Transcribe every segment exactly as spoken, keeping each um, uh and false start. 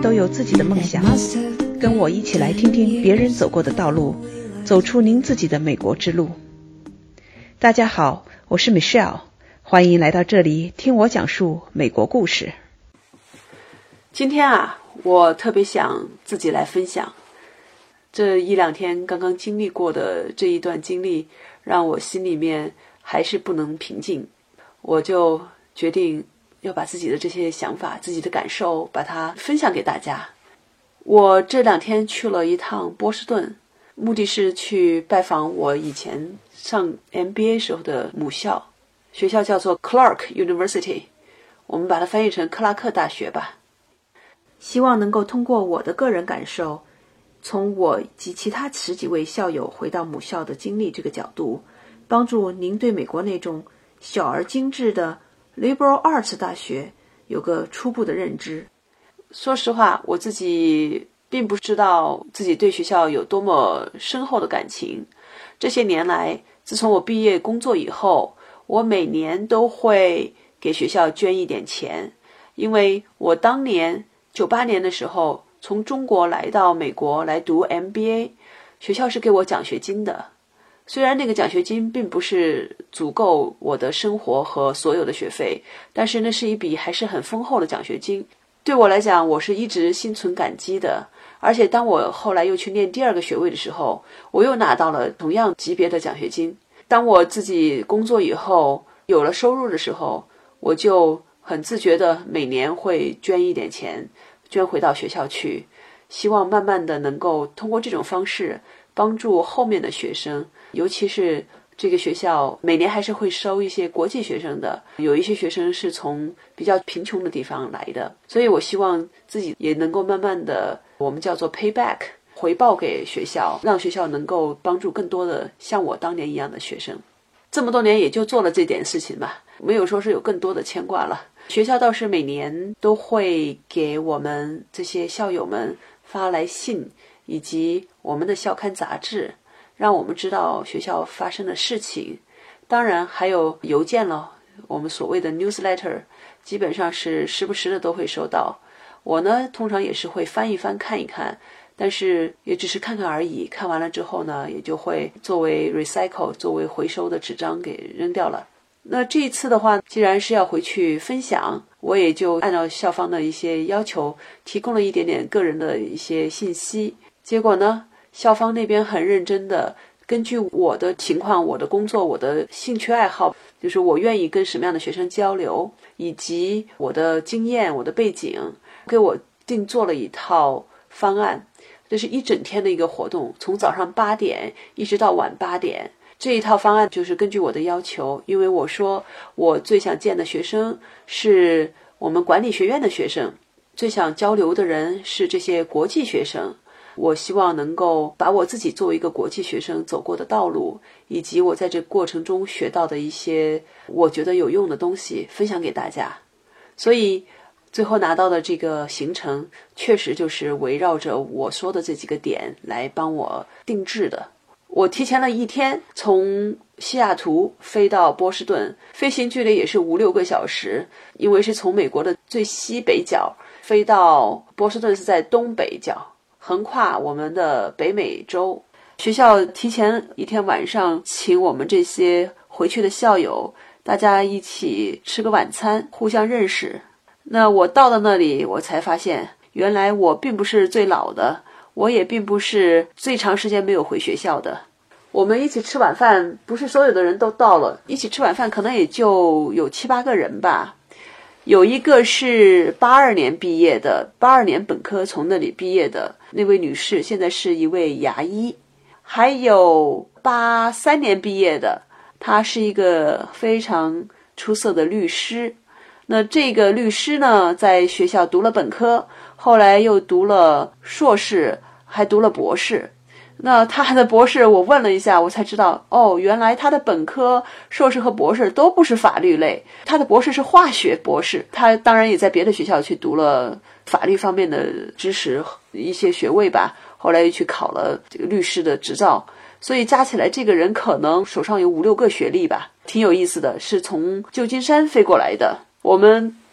都有自己的梦想，跟我一起来听听别人走过的道路，走出您自己的美国之路。大家好，我是 Michelle， 欢迎来到这里听我讲述美国故事。今天啊，我特别想自己来分享这一两天刚刚经历过的这一段经历，让我心里面还是不能平静。我就决定要把自己的这些想法、自己的感受把它分享给大家。我这两天去了一趟波士顿，目的是去拜访我以前上 M B A 时候的母校，学校叫做 Clark University， 我们把它翻译成克拉克大学吧。希望能够通过我的个人感受，从我及其他十几位校友回到母校的经历这个角度，帮助您对美国那种小而精致的 Liberal Arts 大学有个初步的认知。说实话，我自己并不知道自己对学校有多么深厚的感情。这些年来，自从我毕业工作以后，我每年都会给学校捐一点钱，因为我当年九八年的时候从中国来到美国来读 M B A， 学校是给我奖学金的。虽然那个奖学金并不是足够我的生活和所有的学费，但是那是一笔还是很丰厚的奖学金。对我来讲，我是一直心存感激的。而且当我后来又去念第二个学位的时候，我又拿到了同样级别的奖学金。当我自己工作以后有了收入的时候，我就很自觉的每年会捐一点钱，捐回到学校去，希望慢慢的能够通过这种方式帮助后面的学生，尤其是这个学校每年还是会收一些国际学生的，有一些学生是从比较贫穷的地方来的，所以我希望自己也能够慢慢的，我们叫做 payback， 回报给学校，让学校能够帮助更多的像我当年一样的学生。这么多年也就做了这点事情吧，没有说是有更多的牵挂了。学校倒是每年都会给我们这些校友们发来信，以及我们的校刊杂志，让我们知道学校发生的事情。当然还有邮件了，我们所谓的 newsletter， 基本上是时不时的都会收到。我呢通常也是会翻一翻看一看，但是也只是看看而已，看完了之后呢也就会作为 recycle 作为回收的纸张给扔掉了。那这一次的话，既然是要回去分享，我也就按照校方的一些要求提供了一点点个人的一些信息。结果呢，校方那边很认真的根据我的情况、我的工作、我的兴趣爱好，就是我愿意跟什么样的学生交流，以及我的经验、我的背景，给我定做了一套方案。这是一整天的一个活动，从早上八点一直到晚八点。这一套方案就是根据我的要求，因为我说我最想见的学生是我们管理学院的学生，最想交流的人是这些国际学生。我希望能够把我自己作为一个国际学生走过的道路，以及我在这过程中学到的一些我觉得有用的东西分享给大家。所以最后拿到的这个行程确实就是围绕着我说的这几个点来帮我定制的。我提前了一天从西雅图飞到波士顿，飞行距离也是五六个小时，因为是从美国的最西北角飞到波士顿是在东北角，横跨我们的北美洲。学校提前一天晚上请我们这些回去的校友，大家一起吃个晚餐，互相认识。那我到了那里，我才发现原来我并不是最老的，我也并不是最长时间没有回学校的。我们一起吃晚饭，不是所有的人都到了，一起吃晚饭可能也就有七八个人吧。有一个是八二年毕业的，八二年本科从那里毕业的那位女士，现在是一位牙医。还有八三年毕业的，她是一个非常出色的律师。那这个律师呢，在学校读了本科，后来又读了硕士，还读了博士。那他的博士我问了一下，我才知道，哦，原来他的本科、硕士和博士都不是法律类，他的博士是化学博士。他当然也在别的学校去读了法律方面的知识，一些学位吧，后来又去考了这个律师的执照。所以加起来这个人可能手上有五六个学历吧，挺有意思的，是从旧金山飞过来的。我们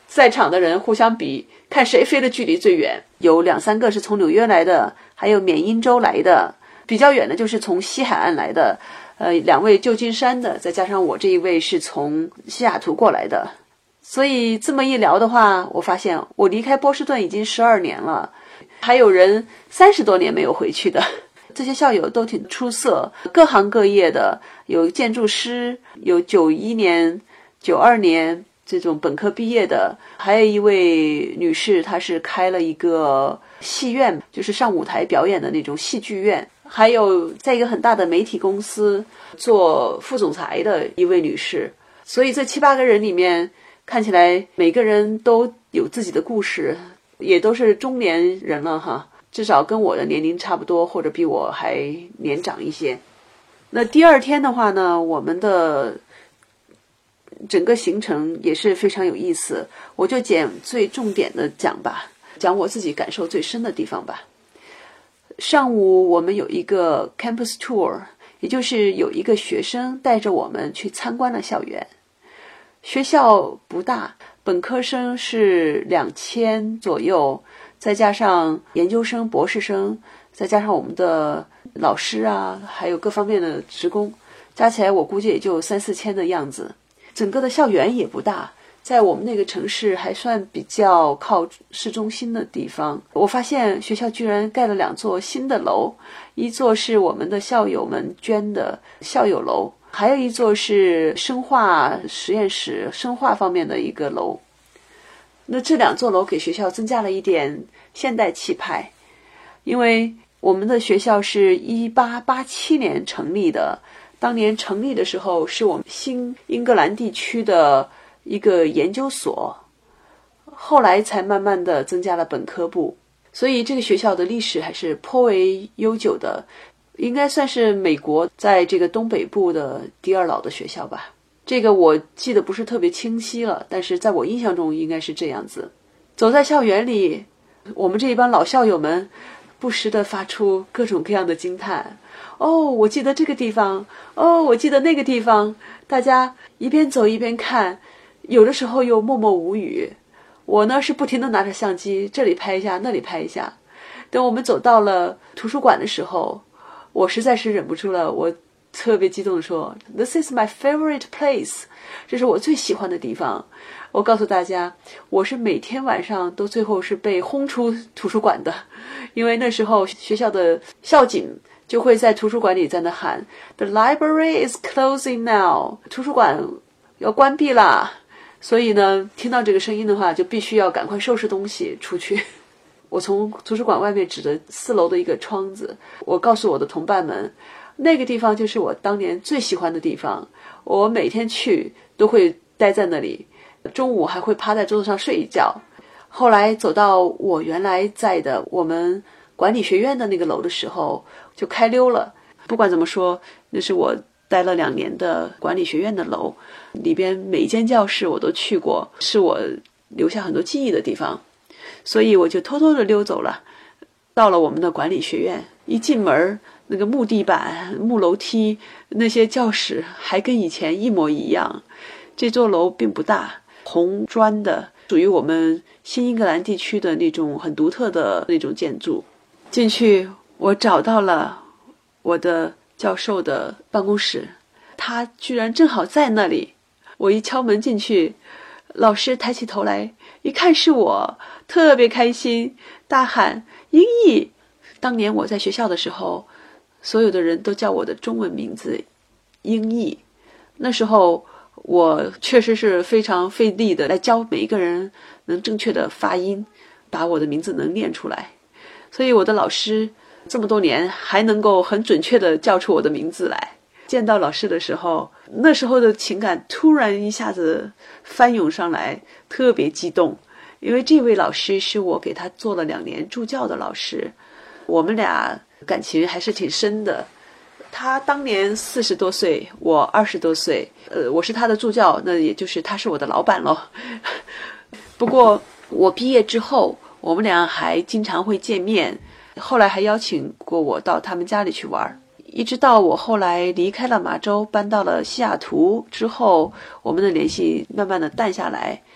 在场的人互相比，看谁飞的距离最远。有两三个是从纽约来的，还有缅因州来的，比较远的就是从西海岸来的，呃，两位旧金山的，再加上我这一位是从西雅图过来的。所以这么一聊的话，我发现我离开波士顿已经十二年了，还有人三十多年没有回去的。这些校友都挺出色，各行各业的，有建筑师，有九一年、九二年这种本科毕业的，还有一位女士，她是开了一个戏院，就是上舞台表演的那种戏剧院，还有在一个很大的媒体公司做副总裁的一位女士。所以这七八个人里面，看起来每个人都有自己的故事，也都是中年人了哈，至少跟我的年龄差不多，或者比我还年长一些。那第二天的话呢，我们的整个行程也是非常有意思，我就捡最重点的讲吧，讲我自己感受最深的地方吧。上午我们有一个 campus tour， 也就是有一个学生带着我们去参观了校园。学校不大，本科生是两千左右，再加上研究生、博士生，再加上我们的老师啊，还有各方面的职工，加起来我估计也就三四千的样子。整个的校园也不大，在我们那个城市还算比较靠市中心的地方。我发现学校居然盖了两座新的楼，一座是我们的校友们捐的校友楼，还有一座是生化实验室生化方面的一个楼。那这两座楼给学校增加了一点现代气派，因为我们的学校是一八八七年成立的，当年成立的时候是我们新英格兰地区的一个研究所，后来才慢慢的增加了本科部，所以这个学校的历史还是颇为悠久的，应该算是美国在这个东北部的第二老的学校吧。这个我记得不是特别清晰了，但是在我印象中应该是这样子。走在校园里，我们这一帮老校友们不时地发出各种各样的惊叹，哦，我记得这个地方，哦，我记得那个地方。大家一边走一边看，有的时候又默默无语。我呢是不停地拿着相机，这里拍一下，那里拍一下。等我们走到了图书馆的时候，我实在是忍不住了，我特别激动地说 This is my favorite place， 这是我最喜欢的地方。我告诉大家，我是每天晚上都最后是被轰出图书馆的，因为那时候学校的校警就会在图书馆里在那喊 The library is closing now， 图书馆要关闭啦。所以呢，听到这个声音的话，就必须要赶快收拾东西出去。我从图书馆外面指着四楼的一个窗子，我告诉我的同伴们，那个地方就是我当年最喜欢的地方，我每天去都会待在那里，中午还会趴在桌子上睡一觉。后来走到我原来在的我们管理学院的那个楼的时候，就开溜了。不管怎么说，那是我待了两年的管理学院的楼，里边每一间教室我都去过，是我留下很多记忆的地方。所以我就偷偷的溜走了，到了我们的管理学院，一进门那个木地板、木楼梯，那些教室还跟以前一模一样。这座楼并不大，红砖的，属于我们新英格兰地区的那种很独特的那种建筑。进去我找到了我的教授的办公室，他居然正好在那里。我一敲门进去，老师抬起头来一看是我，特别开心，大喊英译。当年我在学校的时候，所有的人都叫我的中文名字英译，那时候我确实是非常费力的来教每一个人能正确的发音，把我的名字能念出来。所以我的老师这么多年还能够很准确的叫出我的名字来。见到老师的时候，那时候的情感突然一下子翻涌上来，特别激动。因为这位老师是我给他做了两年助教的老师，我们俩感情还是挺深的。他当年四十多岁，我二十多岁，呃，我是他的助教，那也就是他是我的老板咯。不过我毕业之后，我们俩还经常会见面，后来还邀请过我到他们家里去玩。一直到我后来离开了马州，搬到了西雅图之后，我们的联系慢慢的淡下来。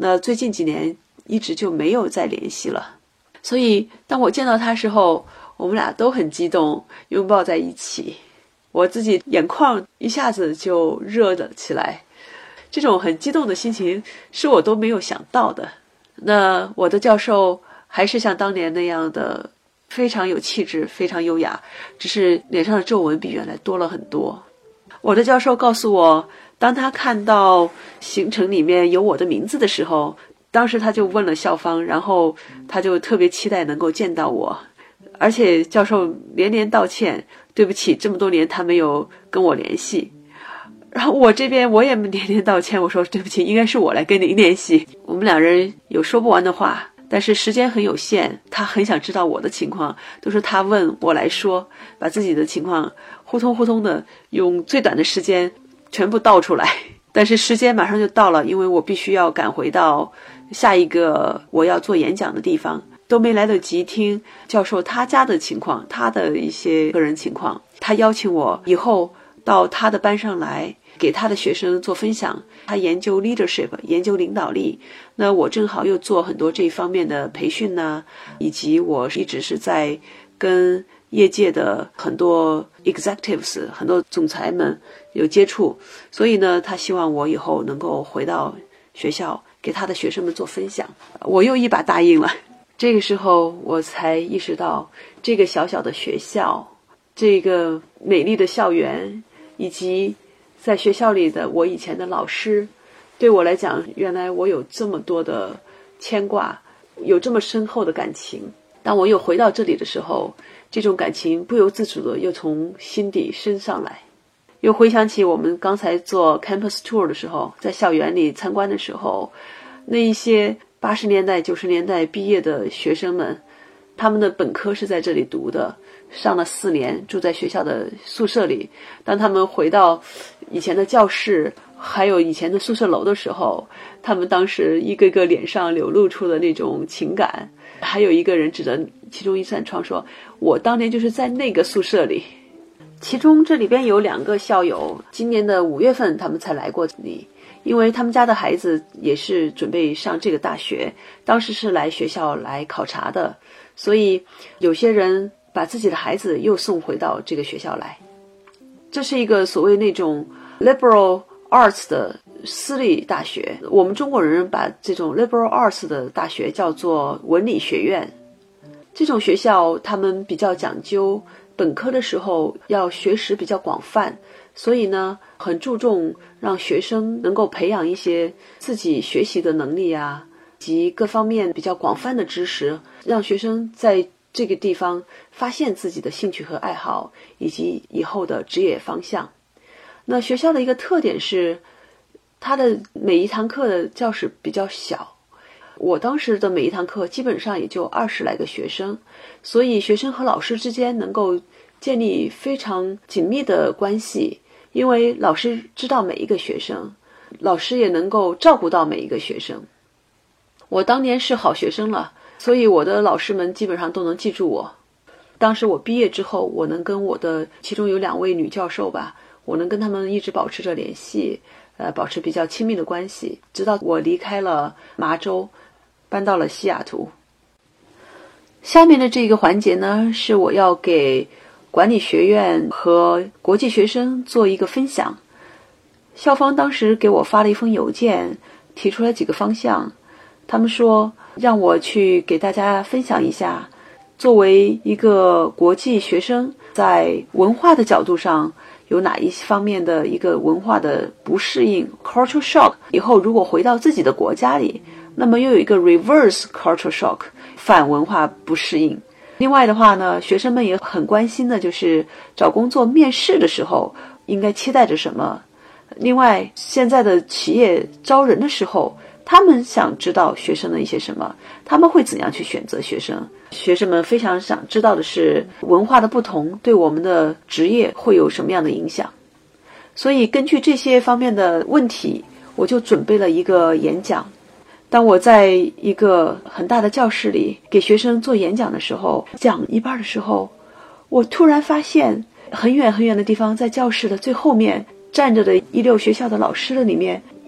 那最近几年一直就没有再联系了。所以当我见到他时候，我们俩都很激动，拥抱在一起，我自己眼眶一下子就热了起来。这种很激动的心情是我都没有想到的。那我的教授还是像当年那样的非常有气质，非常优雅，只是脸上的皱纹比原来多了很多。我的教授告诉我，当他看到行程里面有我的名字的时候，当时他就问了校方，然后他就特别期待能够见到我，而且教授连连道歉，对不起，这么多年他没有跟我联系。然后我这边我也连连道歉，我说对不起，应该是我来跟您联系。我们两人有说不完的话，但是时间很有限，他很想知道我的情况，都是他问我来说，把自己的情况呼通呼通的用最短的时间全部道出来。但是时间马上就到了，因为我必须要赶回到下一个我要做演讲的地方，都没来得及听教授他家的情况，他的一些个人情况。他邀请我以后到他的班上来给他的学生做分享，他研究 leadership， 研究领导力，那我正好又做很多这方面的培训呢，以及我一直是在跟业界的很多 executives， 很多总裁们有接触，所以呢他希望我以后能够回到学校给他的学生们做分享，我又一把答应了。这个时候我才意识到，这个小小的学校，这个美丽的校园，以及在学校里的我以前的老师，对我来讲，原来我有这么多的牵挂，有这么深厚的感情。当我又回到这里的时候，这种感情不由自主的又从心底升上来。又回想起我们刚才做 campus tour 的时候，在校园里参观的时候，那一些八十年代九十年代毕业的学生们，他们的本科是在这里读的，上了四年，住在学校的宿舍里。当他们回到以前的教室还有以前的宿舍楼的时候，他们当时一个个脸上流露出的那种情感。还有一个人指着其中一扇窗说，我当年就是在那个宿舍里。其中这里边有两个校友，今年的五月份他们才来过这里，因为他们家的孩子也是准备上这个大学，当时是来学校来考察的，所以有些人把自己的孩子又送回到这个学校来。这是一个所谓那种 liberal arts 的私立大学，我们中国人把这种 liberal arts 的大学叫做文理学院。这种学校他们比较讲究，本科的时候要学识比较广泛，所以呢很注重让学生能够培养一些自己学习的能力啊，及各方面比较广泛的知识，让学生在这个地方发现自己的兴趣和爱好，以及以后的职业方向。那学校的一个特点是，它的每一堂课的教室比较小，我当时的每一堂课基本上也就二十来个学生，所以学生和老师之间能够建立非常紧密的关系，因为老师知道每一个学生，老师也能够照顾到每一个学生。我当年是好学生了，所以我的老师们基本上都能记住我。当时我毕业之后，我能跟我的其中有两位女教授吧，我能跟他们一直保持着联系，呃，保持比较亲密的关系，直到我离开了麻州，搬到了西雅图。下面的这个环节呢，是我要给管理学院和国际学生做一个分享。校方当时给我发了一封邮件，提出来几个方向，他们说让我去给大家分享一下，作为一个国际学生，在文化的角度上有哪一方面的一个文化的不适应 cultural shock， 以后如果回到自己的国家里，那么又有一个 reverse cultural shock， 反文化不适应。另外的话呢，学生们也很关心的就是找工作面试的时候应该期待着什么。另外现在的企业招人的时候，他们想知道学生的一些什么，他们会怎样去选择学生。学生们非常想知道的是文化的不同对我们的职业会有什么样的影响。所以根据这些方面的问题，我就准备了一个演讲。当我在一个很大的教室里给学生做演讲的时候，讲一半的时候，我突然发现很远很远的地方，在教室的最后面站着的一溜学校的老师的里面，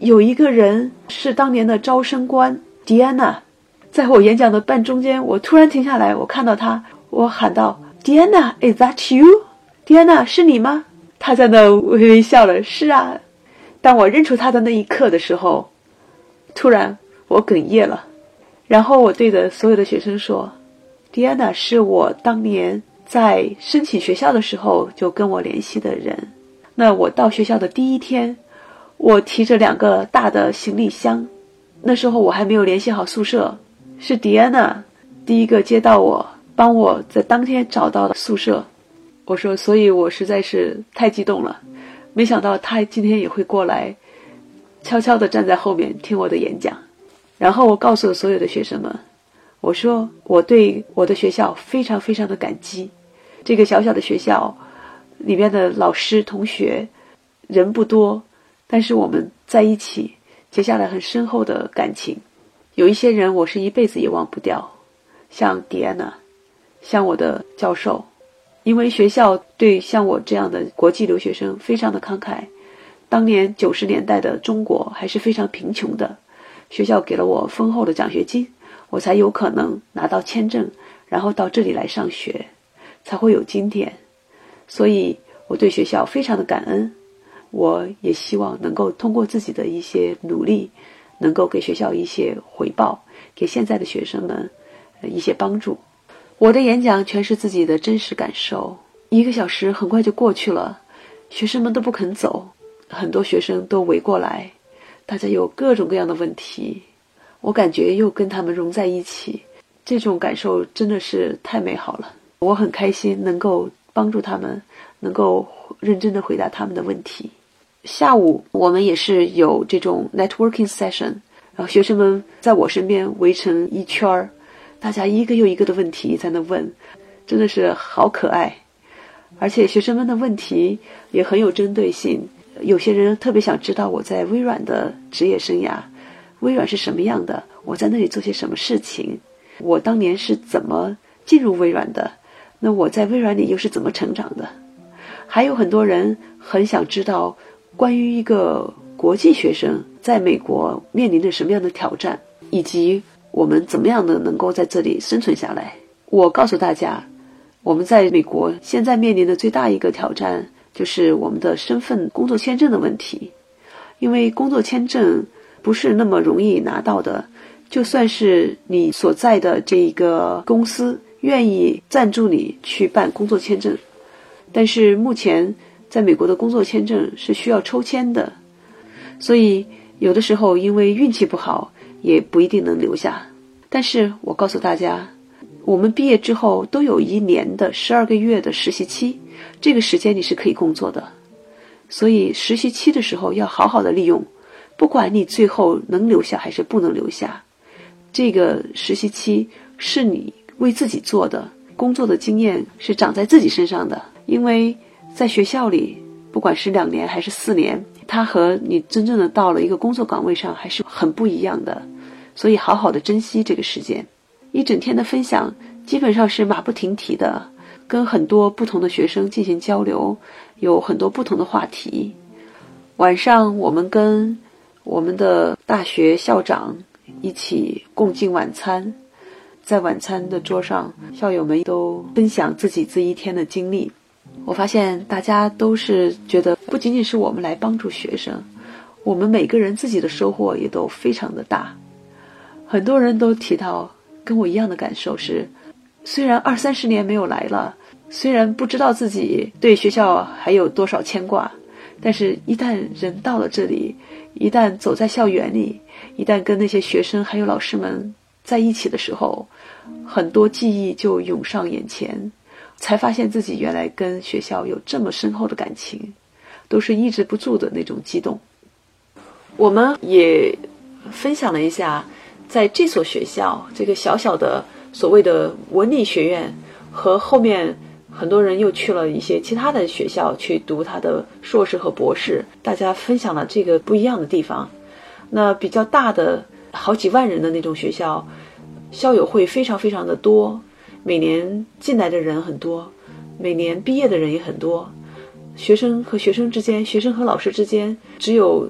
有一个人是当年的招生官迪安娜，在我演讲的半中间，我突然停下来，我看到她，我喊道 Diana, is that you? 迪安娜，是你吗？她在那微微笑了，是啊。当我认出她的那一刻的时候，突然我哽咽了，然后我对着所有的学生说，迪安娜是我当年在申请学校的时候就跟我联系的人。那我到学校的第一天，我提着两个大的行李箱，那时候我还没有联系好宿舍，是迪安娜第一个接到我，帮我在当天找到了宿舍。我说，所以我实在是太激动了，没想到她今天也会过来，悄悄地站在后面听我的演讲。然后我告诉所有的学生们，我说我对我的学校非常非常的感激，这个小小的学校里面的老师同学人不多，但是我们在一起结下了很深厚的感情。有一些人我是一辈子也忘不掉，像迪安娜，像我的教授，因为学校对像我这样的国际留学生非常的慷慨。当年九十年代的中国还是非常贫穷的，学校给了我丰厚的奖学金，我才有可能拿到签证，然后到这里来上学，才会有今天。所以我对学校非常的感恩，我也希望能够通过自己的一些努力，能够给学校一些回报，给现在的学生们一些帮助。我的演讲全是自己的真实感受，一个小时很快就过去了，学生们都不肯走，很多学生都围过来，大家有各种各样的问题，我感觉又跟他们融在一起，这种感受真的是太美好了。我很开心能够帮助他们，能够认真的回答他们的问题。下午我们也是有这种 networking session， 然后学生们在我身边围成一圈，大家一个又一个的问题在那问，真的是好可爱。而且学生们的问题也很有针对性，有些人特别想知道我在微软的职业生涯，微软是什么样的，我在那里做些什么事情，我当年是怎么进入微软的，那我在微软里又是怎么成长的。还有很多人很想知道关于一个国际学生在美国面临着什么样的挑战，以及我们怎么样的能够在这里生存下来。我告诉大家，我们在美国现在面临的最大一个挑战就是我们的身份工作签证的问题。因为工作签证不是那么容易拿到的，就算是你所在的这个公司愿意赞助你去办工作签证，但是目前在美国的工作签证是需要抽签的，所以有的时候因为运气不好也不一定能留下。但是我告诉大家，我们毕业之后都有一年的十二个月的实习期，这个时间你是可以工作的，所以实习期的时候要好好的利用，不管你最后能留下还是不能留下，这个实习期是你为自己做的，工作的经验是长在自己身上的。因为在学校里不管是两年还是四年，它和你真正的到了一个工作岗位上还是很不一样的，所以好好的珍惜这个时间。一整天的分享基本上是马不停蹄的，跟很多不同的学生进行交流，有很多不同的话题。晚上我们跟我们的大学校长一起共进晚餐，在晚餐的桌上，校友们都分享自己这一天的经历。我发现大家都是觉得不仅仅是我们来帮助学生，我们每个人自己的收获也都非常的大。很多人都提到跟我一样的感受是，虽然二三十年没有来了，虽然不知道自己对学校还有多少牵挂，但是一旦人到了这里，一旦走在校园里，一旦跟那些学生还有老师们在一起的时候，很多记忆就涌上眼前，才发现自己原来跟学校有这么深厚的感情，都是抑制不住的那种激动。我们也分享了一下在这所学校，这个小小的所谓的文理学院，和后面很多人又去了一些其他的学校去读他的硕士和博士，大家分享了这个不一样的地方。那比较大的好几万人的那种学校，校友会非常非常的多，每年进来的人很多，每年毕业的人也很多，学生和学生之间，学生和老师之间只有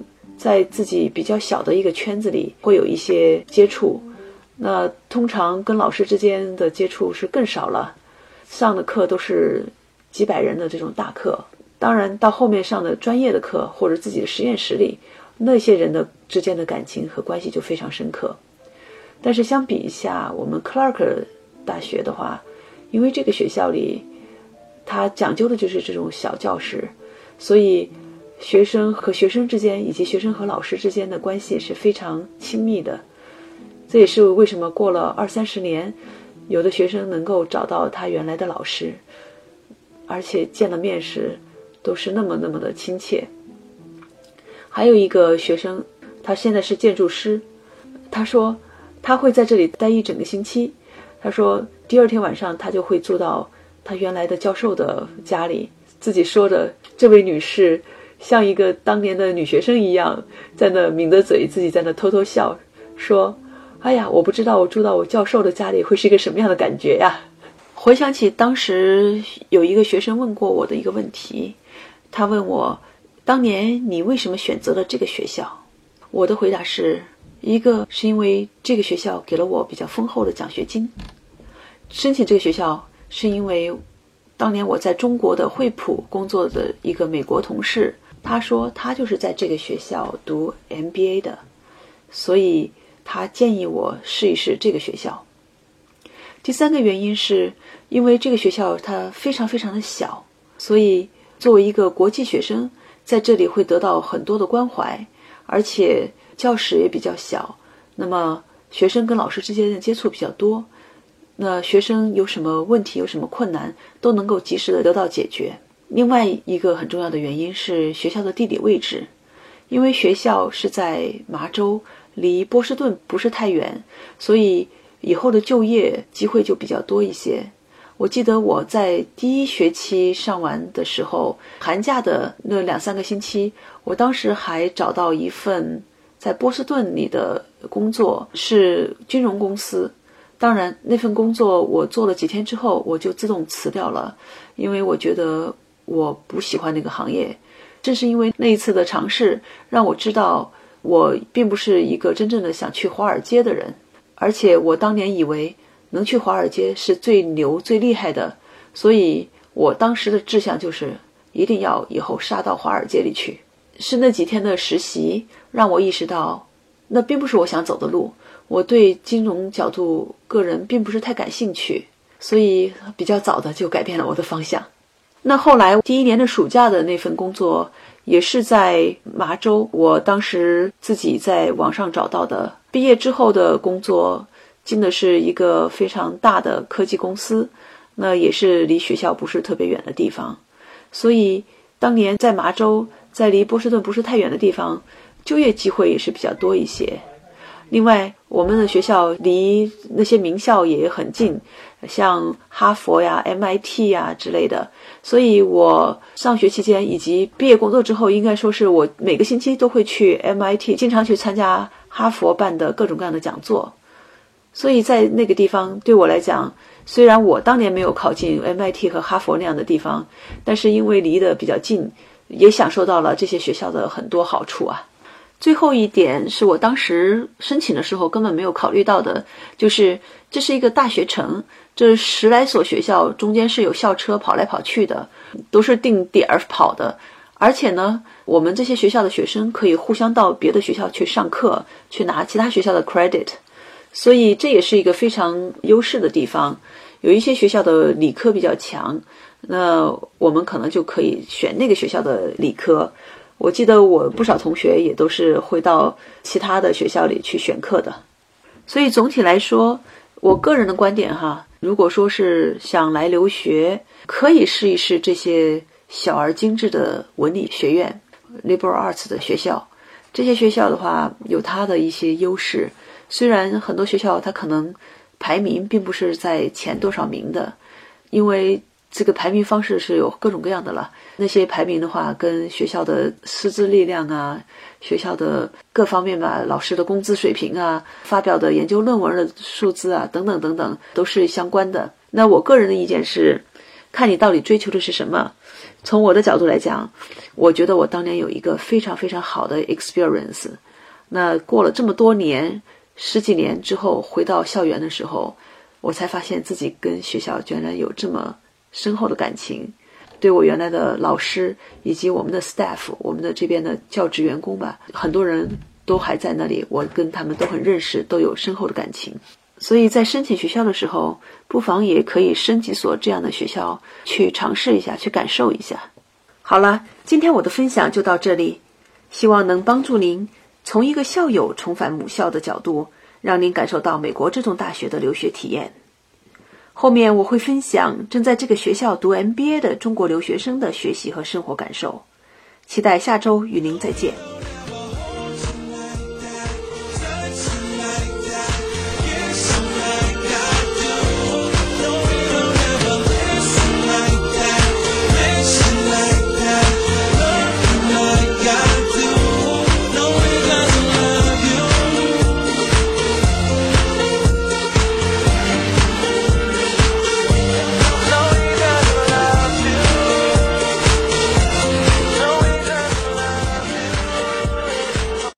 在自己比较小的一个圈子里会有一些接触，那通常跟老师之间的接触是更少了，上的课都是几百人的这种大课，当然到后面上的专业的课或者自己的实验室里，那些人的之间的感情和关系就非常深刻。但是相比一下我们 Clark 大学的话，因为这个学校里它讲究的就是这种小教室，所以学生和学生之间以及学生和老师之间的关系是非常亲密的。这也是为什么过了二三十年，有的学生能够找到他原来的老师，而且见了面时都是那么那么的亲切。还有一个学生，他现在是建筑师，他说他会在这里待一整个星期，他说第二天晚上他就会住到他原来的教授的家里，自己说着这位女士像一个当年的女学生一样，在那抿着嘴，自己在那偷偷笑，说哎呀，我不知道我住到我教授的家里会是一个什么样的感觉呀。回想起当时有一个学生问过我的一个问题，他问我当年你为什么选择了这个学校，我的回答是，一个是因为这个学校给了我比较丰厚的奖学金，申请这个学校是因为当年我在中国的惠普工作的一个美国同事，他说他就是在这个学校读 M B A 的，所以他建议我试一试这个学校。第三个原因是因为这个学校它非常非常的小，所以作为一个国际学生在这里会得到很多的关怀，而且教室也比较小，那么学生跟老师之间的接触比较多，那学生有什么问题有什么困难都能够及时的得到解决。另外一个很重要的原因是学校的地理位置，因为学校是在麻州，离波士顿不是太远，所以以后的就业机会就比较多一些。我记得我在第一学期上完的时候，寒假的那两三个星期，我当时还找到一份在波士顿里的工作，是金融公司。当然那份工作我做了几天之后我就自动辞掉了，因为我觉得我不喜欢那个行业。正是因为那一次的尝试，让我知道我并不是一个真正的想去华尔街的人，而且我当年以为能去华尔街是最牛最厉害的，所以我当时的志向就是一定要以后杀到华尔街里去。是那几天的实习让我意识到那并不是我想走的路，我对金融角度个人并不是太感兴趣，所以比较早的就改变了我的方向。那后来第一年的暑假的那份工作也是在麻州，我当时自己在网上找到的。毕业之后的工作进的是一个非常大的科技公司，那也是离学校不是特别远的地方，所以当年在麻州，在离波士顿不是太远的地方，就业机会也是比较多一些。另外我们的学校离那些名校也很近，像哈佛呀 M I T 呀之类的，所以我上学期间以及毕业工作之后，应该说是我每个星期都会去 M I T， 经常去参加哈佛办的各种各样的讲座。所以在那个地方对我来讲，虽然我当年没有考进 M I T 和哈佛那样的地方，但是因为离得比较近，也享受到了这些学校的很多好处啊。最后一点是我当时申请的时候根本没有考虑到的，就是这是一个大学城，这十来所学校中间是有校车跑来跑去的，都是定点跑的，而且呢我们这些学校的学生可以互相到别的学校去上课，去拿其他学校的 credit， 所以这也是一个非常优势的地方。有一些学校的理科比较强，那我们可能就可以选那个学校的理科。我记得我不少同学也都是会到其他的学校里去选课的。所以总体来说，我个人的观点哈，如果说是想来留学，可以试一试这些小而精致的文理学院 liberal arts 的学校。这些学校的话有它的一些优势，虽然很多学校它可能排名并不是在前多少名的，因为这个排名方式是有各种各样的了。那些排名的话跟学校的师资力量啊，学校的各方面吧，老师的工资水平啊，发表的研究论文的数字啊，等等等等都是相关的。那我个人的意见是， 看你到底追求的是什么。从我的角度来讲，我觉得我当年有一个非常非常好的 experience。那过了这么多年，十几年之后回到校园的时候，我才发现自己跟学校居然有这么深厚的感情。对我原来的老师以及我们的 staff， 我们的这边的教职员工吧，很多人都还在那里，我跟他们都很认识，都有深厚的感情。所以在申请学校的时候，不妨也可以升几所这样的学校去尝试一下，去感受一下。好了，今天我的分享就到这里，希望能帮助您从一个校友重返母校的角度，让您感受到美国这种大学的留学体验。后面我会分享正在这个学校读 M B A 的中国留学生的学习和生活感受。期待下周与您再见。